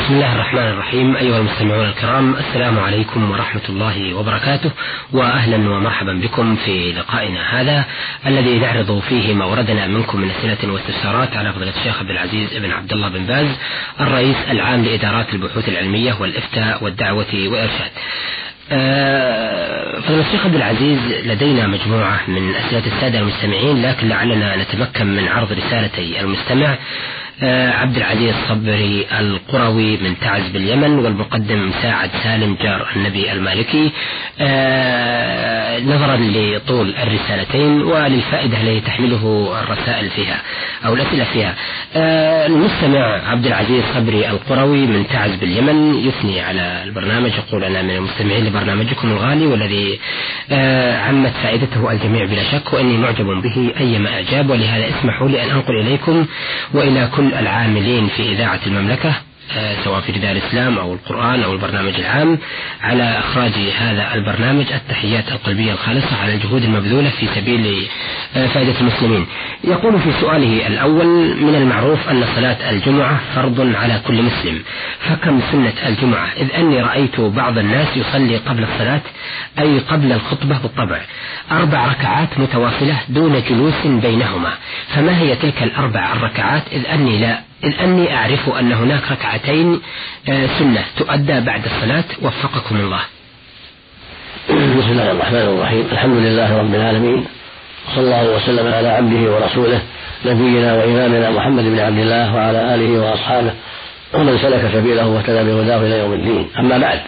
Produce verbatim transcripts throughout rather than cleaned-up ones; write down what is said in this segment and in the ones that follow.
بسم الله الرحمن الرحيم. أيها المستمعون الكرام، السلام عليكم ورحمة الله وبركاته، وأهلا ومرحبا بكم في لقائنا هذا الذي نعرض فيه ما وردنا منكم من أسئلة واستفسارات على فضيلة الشيخ عبد العزيز بن عبد الله بن باز الرئيس العام لإدارات البحوث العلمية والإفتاء والدعوة والإرشاد. فضيلة الشيخ عبد العزيز، لدينا مجموعة من أسئلة السادة المستمعين، لكن لعلنا نتمكن من عرض رسالتي المستمع عبد العزيز الصبري القروي من تعز باليمن، والمقدم مساعد سالم جار النبي المالكي، نظرا لطول الرسالتين وللفائدة التي تحمله الرسائل فيها أو الأسئلة فيها. المستمع عبد العزيز الصبري القروي من تعز باليمن يثني على البرنامج، يقول: أنا من المستمعين لبرنامجكم الغالي والذي عمت فائدته الجميع بلا شك، وإني معجب به أيما إعجاب، ولهذا اسمحوا لي أن أنقل إليكم وإلى كل العاملين في إذاعة المملكة سواء في رداء الإسلام أو القرآن أو البرنامج العام على إخراج هذا البرنامج التحيات القلبية الخالصة على الجهود المبذولة في سبيل فائدة المسلمين. يقول في سؤاله الأول: من المعروف أن صلاة الجمعة فرض على كل مسلم، فكم سنة الجمعة؟ إذ أني رأيت بعض الناس يصلي قبل الصلاة أي قبل الخطبة بالطبع أربع ركعات متواصلة دون جلوس بينهما، فما هي تلك الأربع الركعات؟ إذ أني لا إذ أني أعرف أن هناك ركعتين سنة تؤدى بعد الصلاة، وفقكم الله. بسم الله الرحمن الرحيم. الحمد لله رب العالمين، صلى الله وسلم على عبده ورسوله نبينا وإمامنا محمد بن عبد الله وعلى آله وأصحابه ومن سلك سبيله واهتدى بهداه إلى يوم الدين. أما بعد،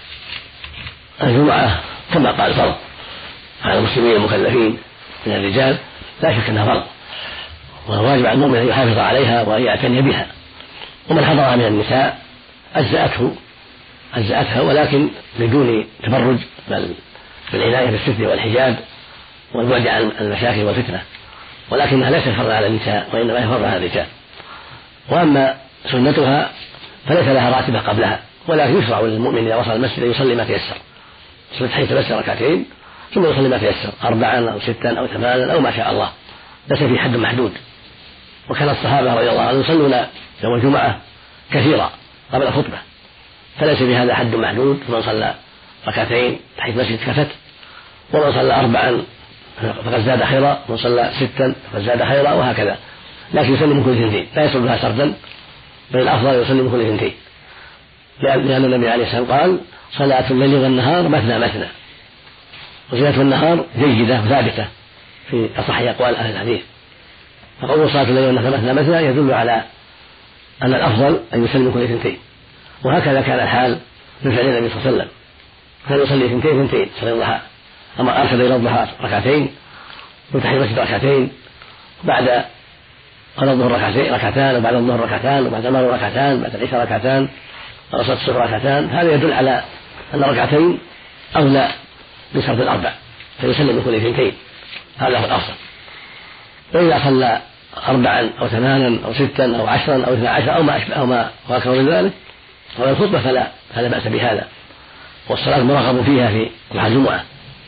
الجمعة كما قال فرض على المسلمين المكلفين من الرجال، لا شك أنها فرض، والواجب على المؤمن أن يحافظ عليها وأن يعتني بها، ومن حضرها من النساء أجزأته أجزأتها ولكن بدون تبرج، بل بالعناية بالستر والحجاب والبعد عن المشاكل والفتنة، ولكنها ليست فرضا على النساء وإنما هي فرض على الرجال. وأما سنتها فليس لها راتبة قبلها، ولكن يشرع للمؤمن إذا وصل المسجد أن يصلي ما تيسر، يصلي تحية المسجد ركعتين ثم يصلي ما تيسر، أربعا أو ستا أو ثمانا أو ما شاء الله، ليس في حد محدود. وكان الصحابة رضي الله عنهم يصلون يوم الجمعة كثيرا قبل الخطبة، فليس في هذا حد محدود، فمن صلى ركعتين تحية المسجد كفت، ومن صلى أربعا فقد زاد خيرا، ومن صلى ستا فقد زاد خيرا، وهكذا. لكن يصلي من كل اثنتين، لا يصلي بها سردا، بل الأفضل يصلي من كل اثنتين، لأن النبي عليه الصلاة والسلام قال: صلاة الليل والنهار مثنى مثنى. وصلاة النهار جيدة وثابتة في أصح أقوال أهل الحديث، فقول صلاة الليل والنهار مثنى مثنى يدل على أن الأفضل أن يصلي من كل اثنتين. وهكذا كان الحال من فعل النبي صلى الله عليه وسلم، كان يصلي اثنتين اثنتين صلى الضحى، أما أرشد إلى الضحى ركعتين وتحية المسجد ركعتين، بعد قضاء الظهر ركعتين ركعتان وبعد الظهر ركعتان وبعد المغرب ركعتان بعد العشاء ركعتان وصلاة الصبح ركعتان. هذا يدل على أن ركعتين أولى من صلاة الأربع، فيسلم من كل اثنتين، هذا هو الأفضل. وإذا صلى أربعا أو ثمانا أو ستا أو عشرا أو اثنا عشر أو ما أشبه أو ما أكثر من ذلك ولا الخطبة فلا فلا بأس بهذا، والصلاة مرغب فيها في ضحى الجمعة.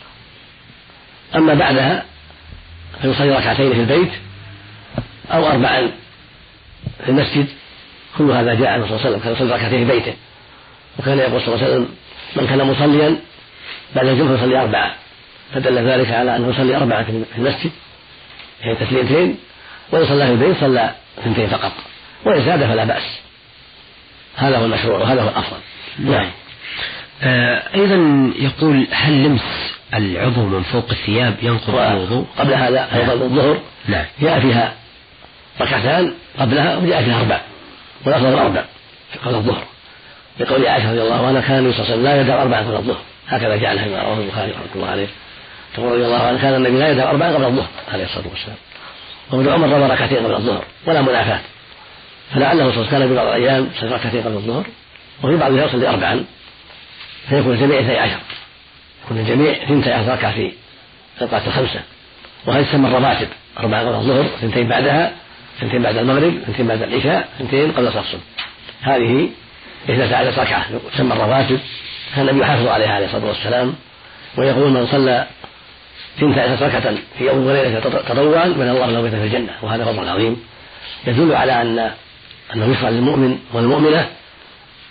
أما بعدها فيصلي ركعتين في البيت أو أربعا في المسجد، كل هذا جاء عنه صلى الله عليه وسلم، كان يصلي ركعتين في بيته، وكان يقول صلى الله عليه وسلم: من كان مصليا بعد الجمعة يصلي أربعة، فدل ذلك على أنه يصلي أربعة في المسجد يعني تسليمتين، وإن صلى في البيت صلى اثنتين فقط، وإن زاد فلا بأس. هذا هو المشروع وهذا هو الأفضل. نعم. آه أيضا يقول: هل لمس العضو من فوق الثياب ينقض الوضوء؟ قبل هذا أيضا الظهر نعم جاء فيها ركعتان قبلها وجاء فيها أربع، والأفضل أربع قبل الظهر، لقول عائشة رضي الله عنها: كان النبي صلى الله عليه وسلم لا يدع أربعا قبل الظهر، هكذا جعلها كما رواه البخاري رحمه الله عليه. تقول رضي الله عنها: كان النبي لا يدع أربعا قبل الظهر عليه الصلاة والسلام. وابن عمر روى ركعتين قبل الظهر ولا منافاة، فلعله صلى الله عليه وسلم كان في بعض الأيام يصلي ركعتين قبل الظهر، وفي بعض الأيام يصلي أربعا، فيكون الجميع اثني عشر، يكون الجميع اثنتي عشر ركعة في الركعة الخمسة، وهذه تسمى الرواتب: أربعة قبل الظهر، اثنتين بعدها، اثنتين بعد المغرب، اثنتين بعد العشاء، اثنتين قبل صلاة الصبح. هذه اثنتا عشر ركعة تسمى الرواتب، كان النبي يحافظ عليها عليه الصلاة والسلام، ويقول: من صلى اثنتا عشر ركعة في يوم وليلة تطوعا بنى الله له بيتا في الجنة. وهذا فضل عظيم يدل على أن أنه يشرع للمؤمن والمؤمنة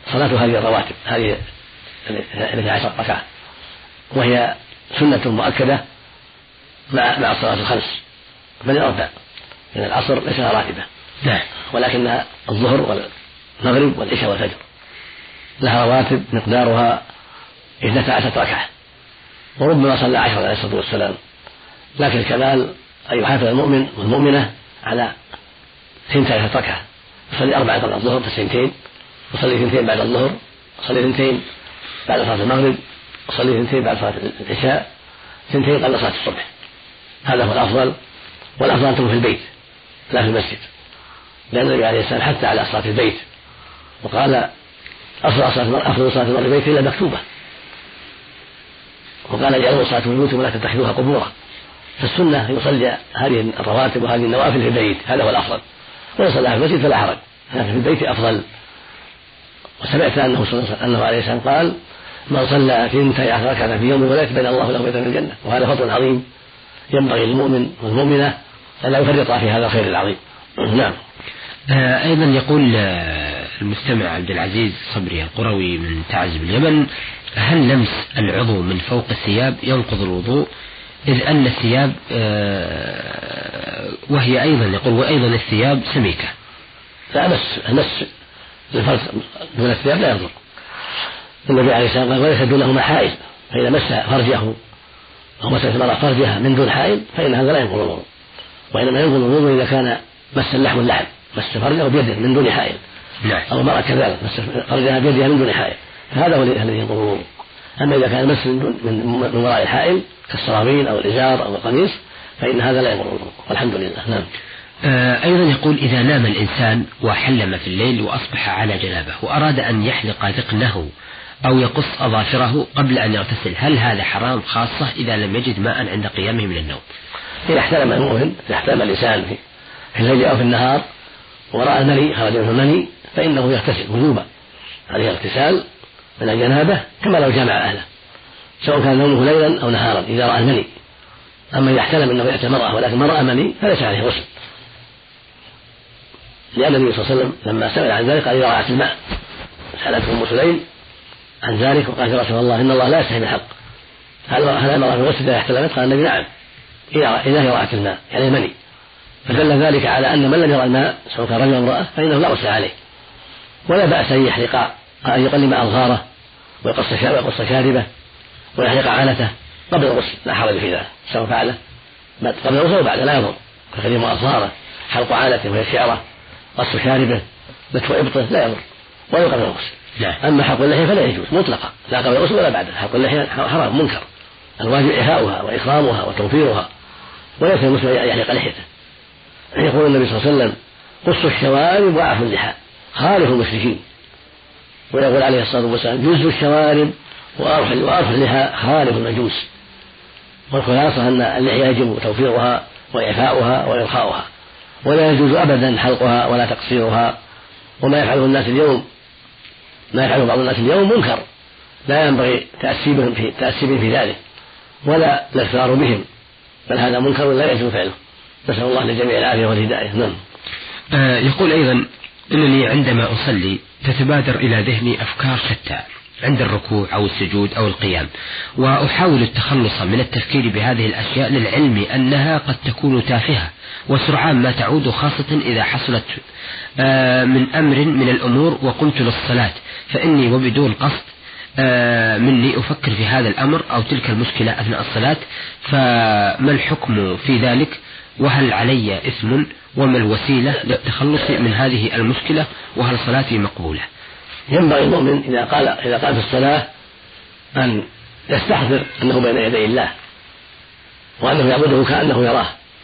صلاة هذه الرواتب هذه الاثنتي عشر ركعة، وهي سنة مؤكدة مع مع الصلاة الخمس بل الأربع، لأن العصر ليس لها راتبة ولكنها الظهر والمغرب والعشاء والفجر لها رواتب مقدارها اثنتا عشرة ركعة، وربما صلى عشرة عليه الصلاة والسلام، لكن الكمال أن يحافظ المؤمن والمؤمنة على ثنتي عشرة ركعة، يصلي أربعة قبل الظهر تسعتين، يصلي اثنتين بعد الظهر، يصلي اثنتين بعد صلاة المغرب، يصلي اثنتين بعد صلاة العشاء، اثنتين قبل صلاة الصبح. هذا هو الأفضل، والأفضل أن تكون في البيت لا في المسجد، لأن النبي عليه السلام حتى على صلاة البيت وقال أفضل صلاة أفضل صلاة المرء البيت إلا مكتوبة، وقال اجعلوا صلاة بيوتكم ولا تتخذوها قبورا. فالسنة يصلي هذه الرواتب وهذه النوافل في البيت، هذا هو الأفضل، وإن صلى في المسجد فلا حرج، لكن في البيت أفضل. وسمعت أنه أنه عليه السلام قال من صلى ثنتي عشرة ركعة في يوم وليلة بنى الله له بيتا من الجنة، وهذا فضل عظيم ينبغي للمؤمن والمؤمنة أن لا يفرط في هذا الخير العظيم. نعم. آه أيضا يقول المستمع عبد العزيز صبري القروي من تعز باليمن: هل لمس العضو من فوق الثياب ينقض الوضوء؟ إذ أن الثياب آه وهي أيضا يقول وأيضا الثياب سميكة. فأمس المس الفرج دون الثياب لا يضر. النبي عليه السلام قال وليس دونهما حائل، فإذا مس فرجه أو مست المرأة فرجها من دون حائل فإن هذا لا ينقض الوضوء، وإنما ينقض الوضوء إذا كان مس اللحم اللحم مس فرجه بيده من دون حائل، أو المرأة كذلك مس فرجها بيدها من دون حائل، فهذا هو الذي ينقض الوضوء. أما إذا كان مس من وراء الحائل كالسراويل أو الإزار أو القميص فإن هذا لا ينقض الوضوء، والحمد لله. نعم. أيضا يقول إذا نام الإنسان وحلم في الليل وأصبح على جنابه وأراد أن يحلق ذقنه أو يقص أظافره قبل أن يغتسل، هل هذا حرام خاصة إذا لم يجد ماء عند قيامه من النوم؟ إذا احتلم المؤمن إذا احتلم الإنسان في الليل أو في النهار ورأى المني خرج منه المني فإنه يغتسل وجوبا، عليه اغتسال من الجنابة كما لو جامع أهله، سواء كان نومه ليلا أو نهارا إذا رأى المني. أما إذا احتلم أنه يأتي المرأة ولكن ما رأى مني فليس عليه غسل، لأن النبي صلى الله عليه وسلم لما سأل عن ذلك قال إذا رأت الماء سألته أم سليم عن ذلك وقال يا رسول الله إن الله لا يستحي بالحق، هل هل أمر بالغسل إذا احتلمت؟ قال النبي نعم إذا هي رأت الماء يعني المني، فدل ذلك على أن من لم يرى الماء سواء كان رجل أو امرأة فإنه لا غسل عليه، ولا بأس أن يحلق أن يقلم أظهاره ويقص شاربه ويحلق عانته قبل الغسل، لا حرج في ذلك، سواء فعله قبل الغسل وبعد لا يضر، كقلم أظهاره حلق عانته وهي الشعرة قص شاربه نتف إبطه لا يضر ولا قبل الغسل. أما حلق اللحية فلا يجوز مطلقا لا قبل الغسل ولا بعده، حلق اللحية حرام منكر، الواجب إعفاؤها وإكرامها وتوفيرها، وليس المسلم يحلق لحيته. يقول النبي صلى الله عليه وسلم قصوا الشوارب وأعفوا اللحى خالفوا المشركين، ويقول عليه الصلاة والسلام جزوا الشوارب وأرفوا اللحى خالفوا المجوس. والخلاصة أن اللحية يجب توفيرها وإعفاؤها وإرخاؤها، ولا يجوز أبدا حلقها ولا تقصيرها، وما يفعله الناس اليوم ما يفعله بعض الناس اليوم منكر لا ينبغي تأسيبهم في تأسيبهم في ذلك ولا الاغترار بهم، بل هذا منكر لا يجوز فعله، نسأل الله للجميع العافية والهداية. نعم. آه يقول أيضا إنني عندما أصلي تتبادر إلى ذهني أفكار شتى عند الركوع أو السجود أو القيام، وأحاول التخلص من التفكير بهذه الأشياء للعلم أنها قد تكون تافهة وسرعان ما تعود، خاصة إذا حصلت من أمر من الأمور وقمت للصلاة، فإني وبدون قصد مني أفكر في هذا الأمر أو تلك المشكلة أثناء الصلاة، فما الحكم في ذلك؟ وهل علي إثم؟ وما الوسيلة للتخلص من هذه المشكلة؟ وهل صلاتي مقبولة؟ ينبغي المؤمن إذا قال إذا قال في الصلاة أن يستحضر أنه بين يدي الله وأنه يعبده كأنه يراه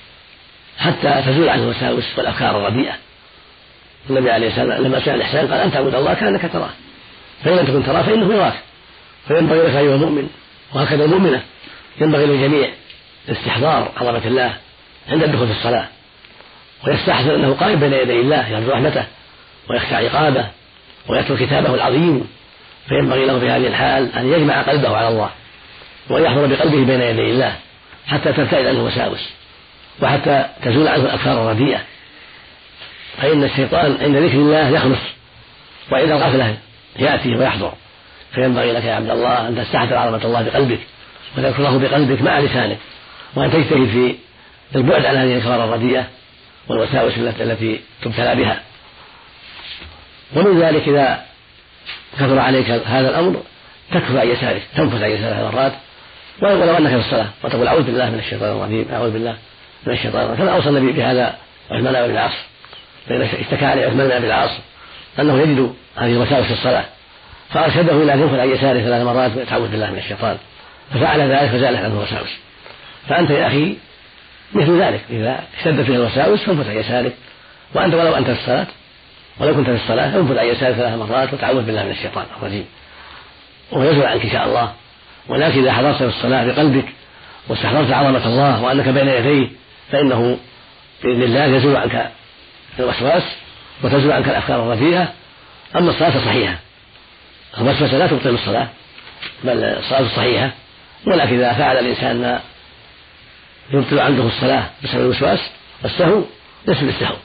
حتى تزول عنه الوساوس والأفكار الرديئة. النبي عليه السلام لما سأل الإحسان قال أن تعبد الله كأنك تراه، فإن لم تكن تراه فإنه يراك. فينبغي لك أيها المؤمن وهكذا المؤمنة ينبغي للجميع استحضار عظمة الله عند الدخول في الصلاة، ويستحضر أنه قائم بين يدي الله يرجو رحمته ويخشى عقابه ويتلو كتابه العظيم، فينبغي له في هذه الحال أن يجمع قلبه على الله وأن يحضر بقلبه بين يدي الله حتى تبتعد عنه الوساوس وحتى تزول عنه الأفكار الرديئة، فإن الشيطان عند ذكر الله يخلص وإذا الغفلة يأتي ويحضر، فينبغي لك يا عبد الله أن تستحضر عظمة الله بقلبك وتذكره بقلبك مع لسانك، وأن تجتهد في البعد عن هذه الأخبار الرديئة والوساوس التي تبتلى بها. ومن ذلك إذا كثر عليك هذا الأمر تكفى عن يسارك، تنفس عن يسارك مرات ولو أنك في الصلاة وتقول أعوذ بالله من الشيطان الرجيم، أعوذ بالله من الشيطان الرجيم. كما أوصى النبي بهذا عثمان بن العاص، فإن اشتكى عليه عثمان بن العاص أنه يجد هذه الوساوس في الصلاة، فأرشده إلى أن ينفث عن يساره ثلاث مرات ويتعوذ بالله من الشيطان، ففعل ذلك فزالت عنه الوساوس. فأنت يا أخي مثل ذلك، إذا اشتدت فيها الوساوس فانفث عن يسارك، وأنت ولو أنت في الصلاة ولو كنت في الصلاة انفث عن يسارك ثلاث مرات وتعوذ بالله من الشيطان الرجيم ويزول عنك إن شاء الله. ولكن إذا حضرت في الصلاة بقلبك واستحضرت عظمة الله وأنك بين يديه فإنه بإذن الله يزول عنك الوسواس وتزول عنك الأفكار الرديئة. أما الصلاة صحيحة، الوسوسة لا تبطل الصلاة بل الصلاة صحيحة، ولكن إذا فعل الإنسان ما يبطل عنده الصلاة بسبب الوسواس والسهو يسجد السهو،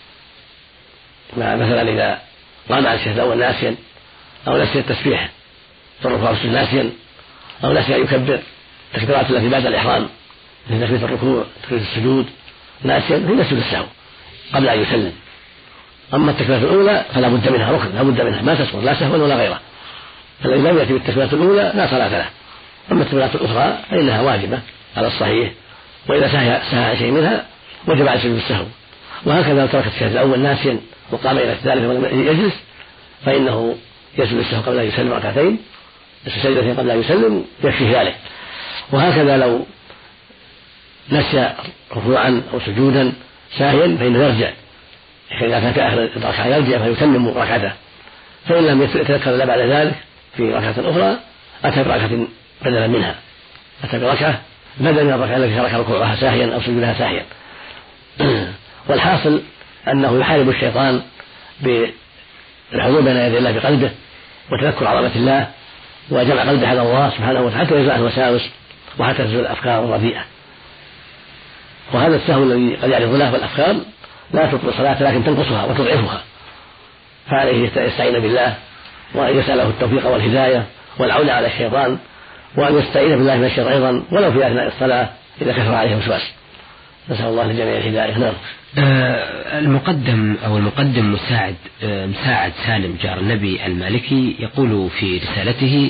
مثلا إذا قام عن الشهد أول ناسيا أو نسي التسبيح في الركوع والسجود ناسيا أو نسي أن يكبر التكبيرات التي بعد الإحرام من تكبيرة الركوع تكبيرة السجود ناسيا في يسجد السهو قبل أن يسلم. أما التكبيرة الأولى فلا بد منها، ركن لا بد منها، ما تسقط لا سهوا ولا غيره، فالذي لم يأتي بالتكبيرة الأولى لا صلاة له. أما التكبيرات الأخرى فإنها واجبة على الصحيح، وإذا سهى شيء منها وجب عليه سجود السهو. وهكذا لو ترك الشهد الأول ناسيا وقام إلى ذلك ولم يجلس فإنه يسجد السهو قبل أن يسلم ركعتين، السجدتين قبل أن يسلم يكفي ذلك. وهكذا لو نسي ركوعا أو سجودا ساهيا فإنه يرجع، إذا كان في آخر الركعة يرجع فيتمم ركعته، فإن لم يتذكر إلا بعد ذلك في ركعة أخرى أتى بركعة بدلا منها، أتى بركعة بدلا من الركعة التي ترك ركوعها ساهيا أو سجودها ساهيا. والحاصل أنه يحارب الشيطان بالحضور بين يدي الله بقلبه وتذكر عظمة الله وجمع قلبه على الله سبحانه وتعالى حتى يزول عنه الوساوس وحتى تزول الأفكار الرديئة. وهذا السهو الذي قد يعرض له والأفكار لا تبطل الصلاة لكن تنقصها وتضعفها، فعليه يستعين بالله وأن يسأله التوفيق والهداية والعون على الشيطان، وأن يستعين بالله من الشر أيضا ولو في أثناء الصلاة إذا كثر عليه الوسواس. نسأل الله للجميع الهداية. نعم. آه المقدم أو المقدم مساعد آه مساعد سالم جار النبي المالكي يقول في رسالته: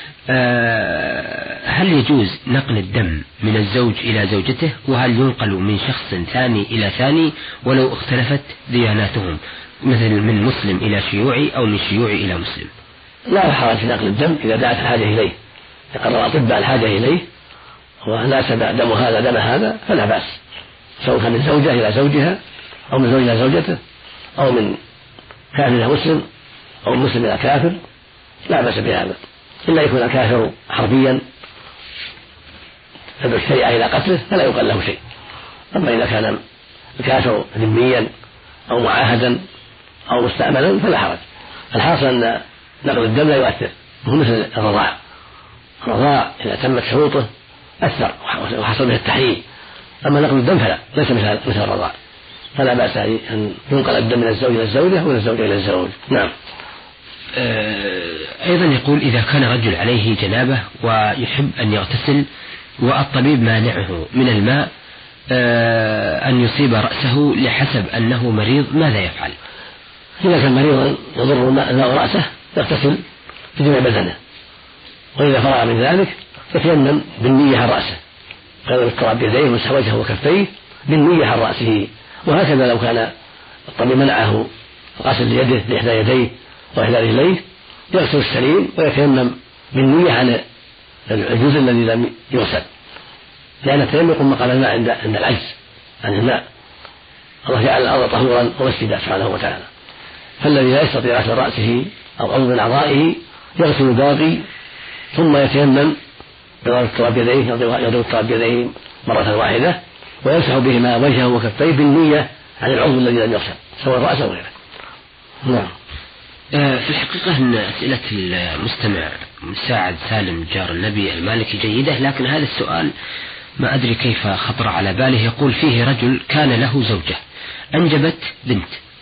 آه هل يجوز نقل الدم من الزوج إلى زوجته؟ وهل ينقل من شخص ثاني إلى ثاني ولو اختلفت دياناتهم، مثل من مسلم إلى شيوعي أو من شيوعي إلى مسلم؟ لا حرج في نقل الدم إذا دعت الحاجة إليه، يقرر أطباء الحاجة إليه وناسب دم هذا دم هذا فلا بأس، سواء كان من زوجة إلى زوجها أو من زوج إلى زوجته أو من كافر إلى مسلم أو من مسلم إلى كافر، لا بأس بهذا، إلا يكون الكافر حربيا تدعو الشريعة إلى قتله فلا يقال له شيء. أما إذا كان الكافر ذميا أو معاهدا أو مستأمنا فلا حرج. الحاصل أن نقل الدم لا يؤثر، هو مثل الرضاع، الرضاع إذا تمت شروطه أثر وحصل به التحريم، أما نقل الدم فلا، ليس مثل مثل الرضاع، فلا بأس أن ينقل الدم من الزوج إلى الزوجة ومن الزوجة إلى الزوج. نعم. أيضا يقول: إذا كان رجل عليه جنابة ويحب أن يغتسل والطبيب مانعه من الماء أن يصيب رأسه لحسب أنه مريض، ماذا يفعل؟ إذا كان مريضا يضر الماء رأسه يغتسل في جميع بدنه، وإذا فرغ من ذلك يتيمم بالنية عن رأسه، قال بالتراب بيديه ومسح وجهه وكفيه بالنية عن رأسه. وهكذا لو كان الطبيب منعه غسل يده لإحدى يديه وإحدى رجليه يغسل السليم ويتيمم بالنية عن الجزء الذي لم يغسل، لأن التيمم يقوم مقام الماء عند عند العجز عن الماء. الله جعل الأرض طهورا ومسجدا سبحانه وتعالى، فالذي لا يستطيع غسل رأسه أو عضو من أعضائه يغسل الباقي ثم يتيمم بضرب التراب يديه، يضرب التراب يديه مرة واحدة ويمسح بهما وجهه وكفيه بالنية عن العضو الذي لم يغسل سواء الرأس أو غيره. نعم. في الحقيقة أن أسئلة المستمع مساعد سالم جار النبي المالكي جيدة، لكن هذا السؤال ما أدري كيف خطر على باله. يقول: فيه رجل كان له زوجة أنجبت بنت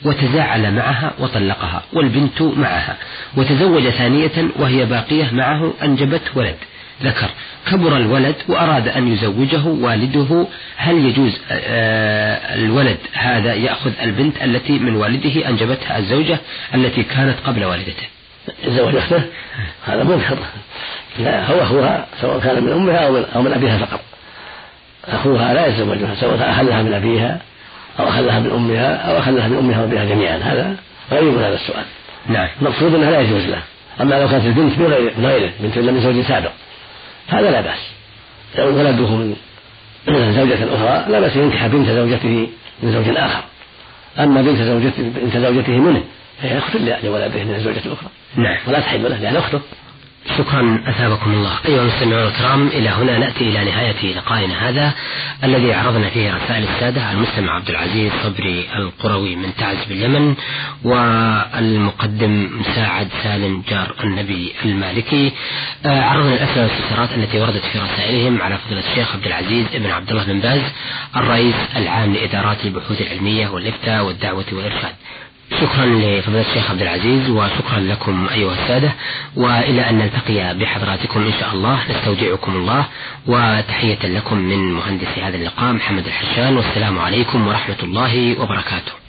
وتزاعل معها وطلقها والبنت معها، وتزوج ثانية وهي باقية معه أنجبت ولد ذكر، كبر الولد وأراد أن يزوجه والده، هل يجوز الولد هذا يأخذ البنت التي من والده أنجبتها الزوجة التي كانت قبل والدته؟ يتزوج أخته؟ هذا منكر، لا، هو أخوها سواء كان من أمها أو من, أو من أبيها فقط. أخوها لا يتزوجها سواء أخذها من أبيها أو أخذها من أمها أو أخذها من أمها وأبيها جميعا، هذا غريب هذا السؤال. نعم. المقصود أنها لا يجوز له. أما لو كانت البنت من غيره بنت من زوج سابق هذا لا بأس، لو ولده من زوجة أخرى لا بأس ينكح بنت زوجته من زوج آخر. أما بنت زوجته بنت زوجته منه فهي أخت لولده من الزوجة الأخرى. نعم. ولا تحل له لأن أخته. شكرا أثابكم الله. أيها المستمعون الكرام، إلى هنا نأتي إلى نهاية لقائنا هذا الذي عرضنا فيه رسائل السادة المستمع عبد العزيز صبري القروي من تعز باليمن، والمقدم مساعد سالم جار النبي المالكي. عرضنا الأسئلة والاستفسارات التي وردت في رسائلهم على فضيلة الشيخ عبد العزيز ابن عبد الله بن باز الرئيس العام لإدارات البحوث العلمية والإفتاء والدعوة والإرشاد. شكرا لفضيلة الشيخ عبد العزيز، وشكرا لكم أيها السادة، وإلى أن نلتقي بحضراتكم إن شاء الله نستودعكم الله، وتحية لكم من مهندس هذا اللقاء محمد الحشان، والسلام عليكم ورحمة الله وبركاته.